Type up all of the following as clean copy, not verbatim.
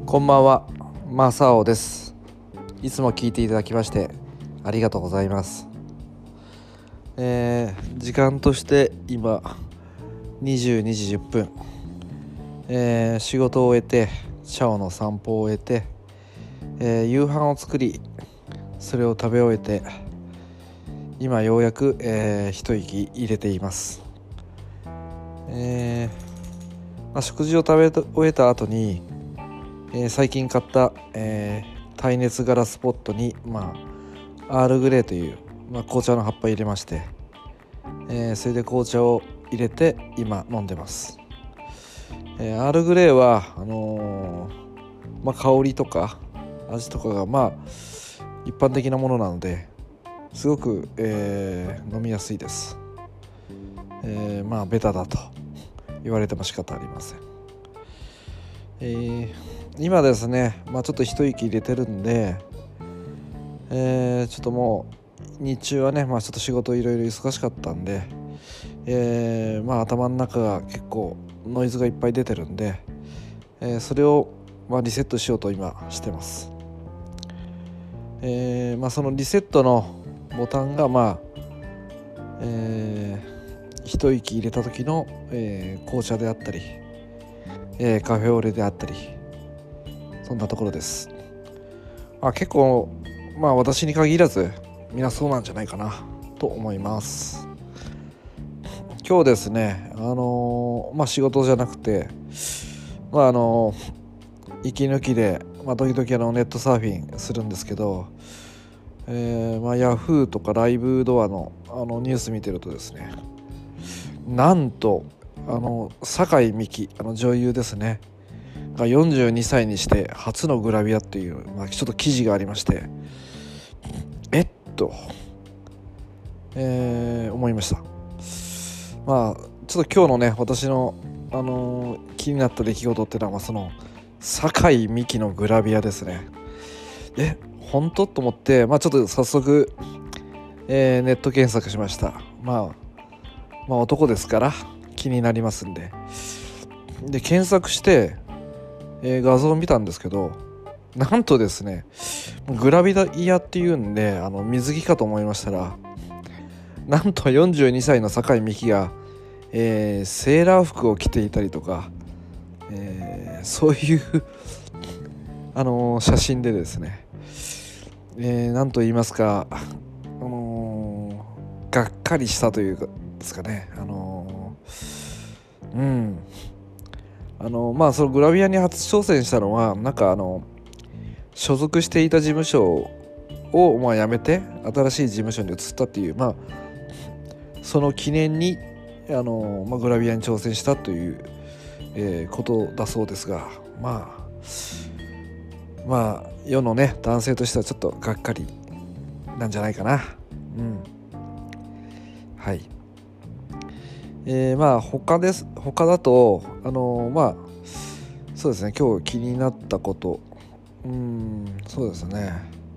こんばんは、マサオです。いつも聞いていただきましてありがとうございます。時間として今22時10分、仕事を終えてシャワーの散歩を終えて、夕飯を作りそれを食べ終えて今ようやく、一息入れています。食事を食べ終えた後に最近買った、耐熱ガラスポットに、アールグレーという、紅茶の葉っぱ入れまして、それで紅茶を入れて今飲んでます。アールグレーは香りとか味とかが一般的なものなのですごく、飲みやすいです。ベタだと言われても仕方ありません。今ですね、ちょっと一息入れてるんで、ちょっともう日中はね、ちょっと仕事いろいろ忙しかったんで、頭の中が結構ノイズがいっぱい出てるんで、それをリセットしようと今してます。そのリセットのボタンが一息入れた時の、紅茶であったり、カフェオレであったり、そんなところです。結構私に限らずみんなそうなんじゃないかなと思います。今日ですね、仕事じゃなくて息抜きで、時々ネットサーフィンするんですけど、ヤフーとかライブドアのニュース見てるとですね、なんと酒井美紀女優ですねが42歳にして初のグラビアっていう、ちょっと記事がありまして、思いました。ちょっと今日のね私の、気になった出来事っていうのは、その酒井美紀のグラビアですね。本当と思って、ちょっと早速、ネット検索しました。男ですから気になりますんで検索して画像を見たんですけど、なんとですねグラビアっていうんで水着かと思いましたら、なんと42歳の酒井美紀が、セーラー服を着ていたりとか、そういう写真でですね、なんと言いますか、がっかりしたというかですかね。そのグラビアに初挑戦したのは所属していた事務所を辞めて新しい事務所に移ったっていう、その記念にグラビアに挑戦したという、ことだそうですが、世のね男性としてはちょっとがっかりなんじゃないかな。はい。他だとそうですね、今日気になったこと、そうですね、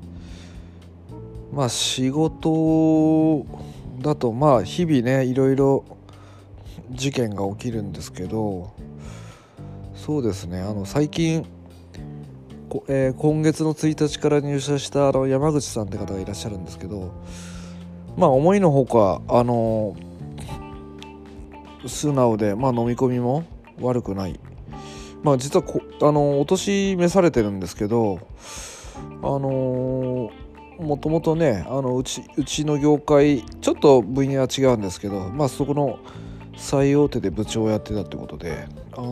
仕事だと日々ねいろいろ事件が起きるんですけど、そうですね、最近今月の1日から入社した山口さんって方がいらっしゃるんですけど、思いのほか素直で、飲み込みも悪くない、実はお年召されてるんですけど、もともとねうちの業界ちょっと分野は違うんですけど、そこの最大手で部長をやってたってことで、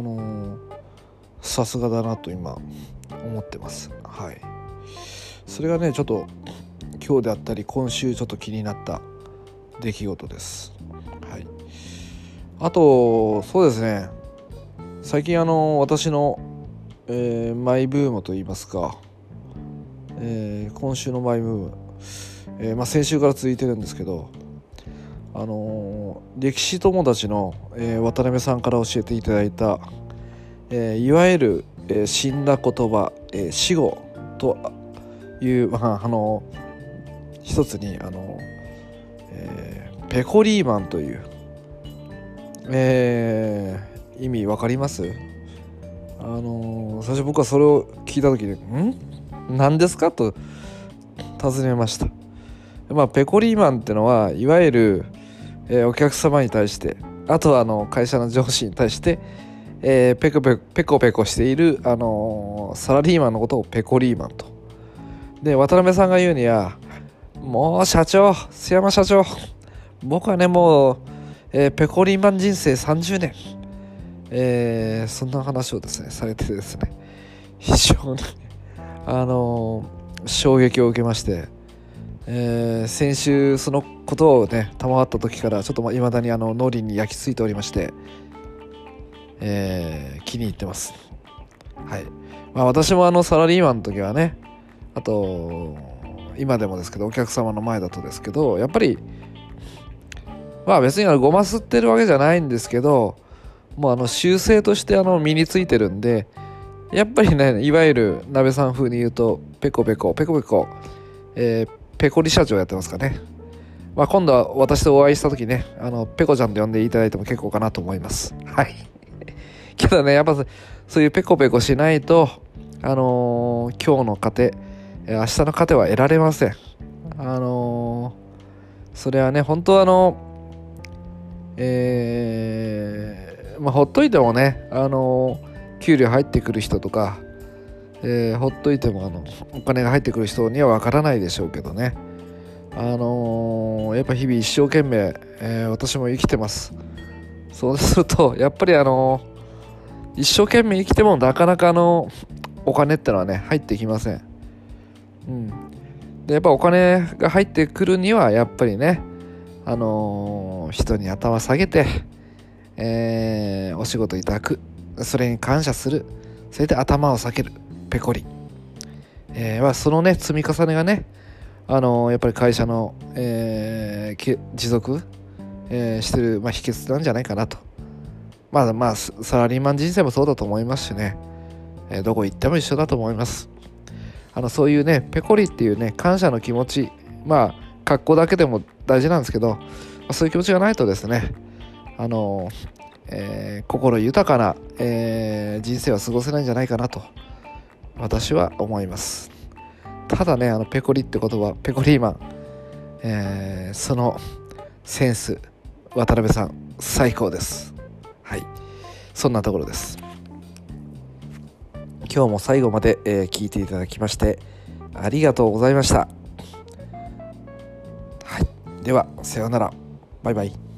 さすがだなと今思ってます。はい。それがねちょっと今日であったり今週ちょっと気になった出来事です。はい。あとそうですね、最近私の、マイブームといいますか、今週のマイブーム、先週から続いてるんですけど、歴史友達の、渡辺さんから教えていただいた、いわゆる、死んだ言葉、死語という、一つにペコリーマンという、意味わかります？ 最初僕はそれを聞いた時に何ですかと尋ねました。ペコリーマンってのはいわゆる、お客様に対して、あとは会社の上司に対して、ペコペコしている、サラリーマンのことをペコリーマンと。で、渡辺さんが言うには、もう社長、須山社長、僕はねもう、ペコリーマン人生30年、そんな話をですねされてですね、非常に衝撃を受けまして、先週そのことをね賜った時からちょっと未だに脳裏に焼き付いておりまして、気に入ってます。はい。私もサラリーマンの時はね、あと今でもですけどお客様の前だとですけど、やっぱり別にごますってるわけじゃないんですけど、もう習性として身についてるんで、やっぱりね、いわゆる鍋さん風に言うとペコペコ、ペコリ社長やってますかね。今度は私とお会いした時ね、ペコちゃんと呼んでいただいても結構かなと思います。はい。けどね、やっぱそういうペコペコしないと、今日の糧、明日の糧は得られません。それはね、本当ほっといてもね、給料入ってくる人とか、ほっといてもお金が入ってくる人にはわからないでしょうけどね、やっぱ日々一生懸命、私も生きてます。そうするとやっぱり一生懸命生きてもなかなかお金ってのはね入ってきません。でやっぱお金が入ってくるにはやっぱりね、人に頭下げて、お仕事いただく、それに感謝する、それで頭を下げる、ペコリ、そのね積み重ねがね、やっぱり会社の、持続、してる、秘訣なんじゃないかなと。サラリーマン人生もそうだと思いますしね、どこ行っても一緒だと思います。そういうねペコリっていうね感謝の気持ち、格好だけでも大事なんですけど、そういう気持ちがないとですね、心豊かな、人生は過ごせないんじゃないかなと私は思います。ただねペコリって言葉、ペコリーマン、そのセンス渡辺さん最高です。はい、そんなところです。今日も最後まで、聞いていただきましてありがとうございました。はい、ではさようなら、バイバイ。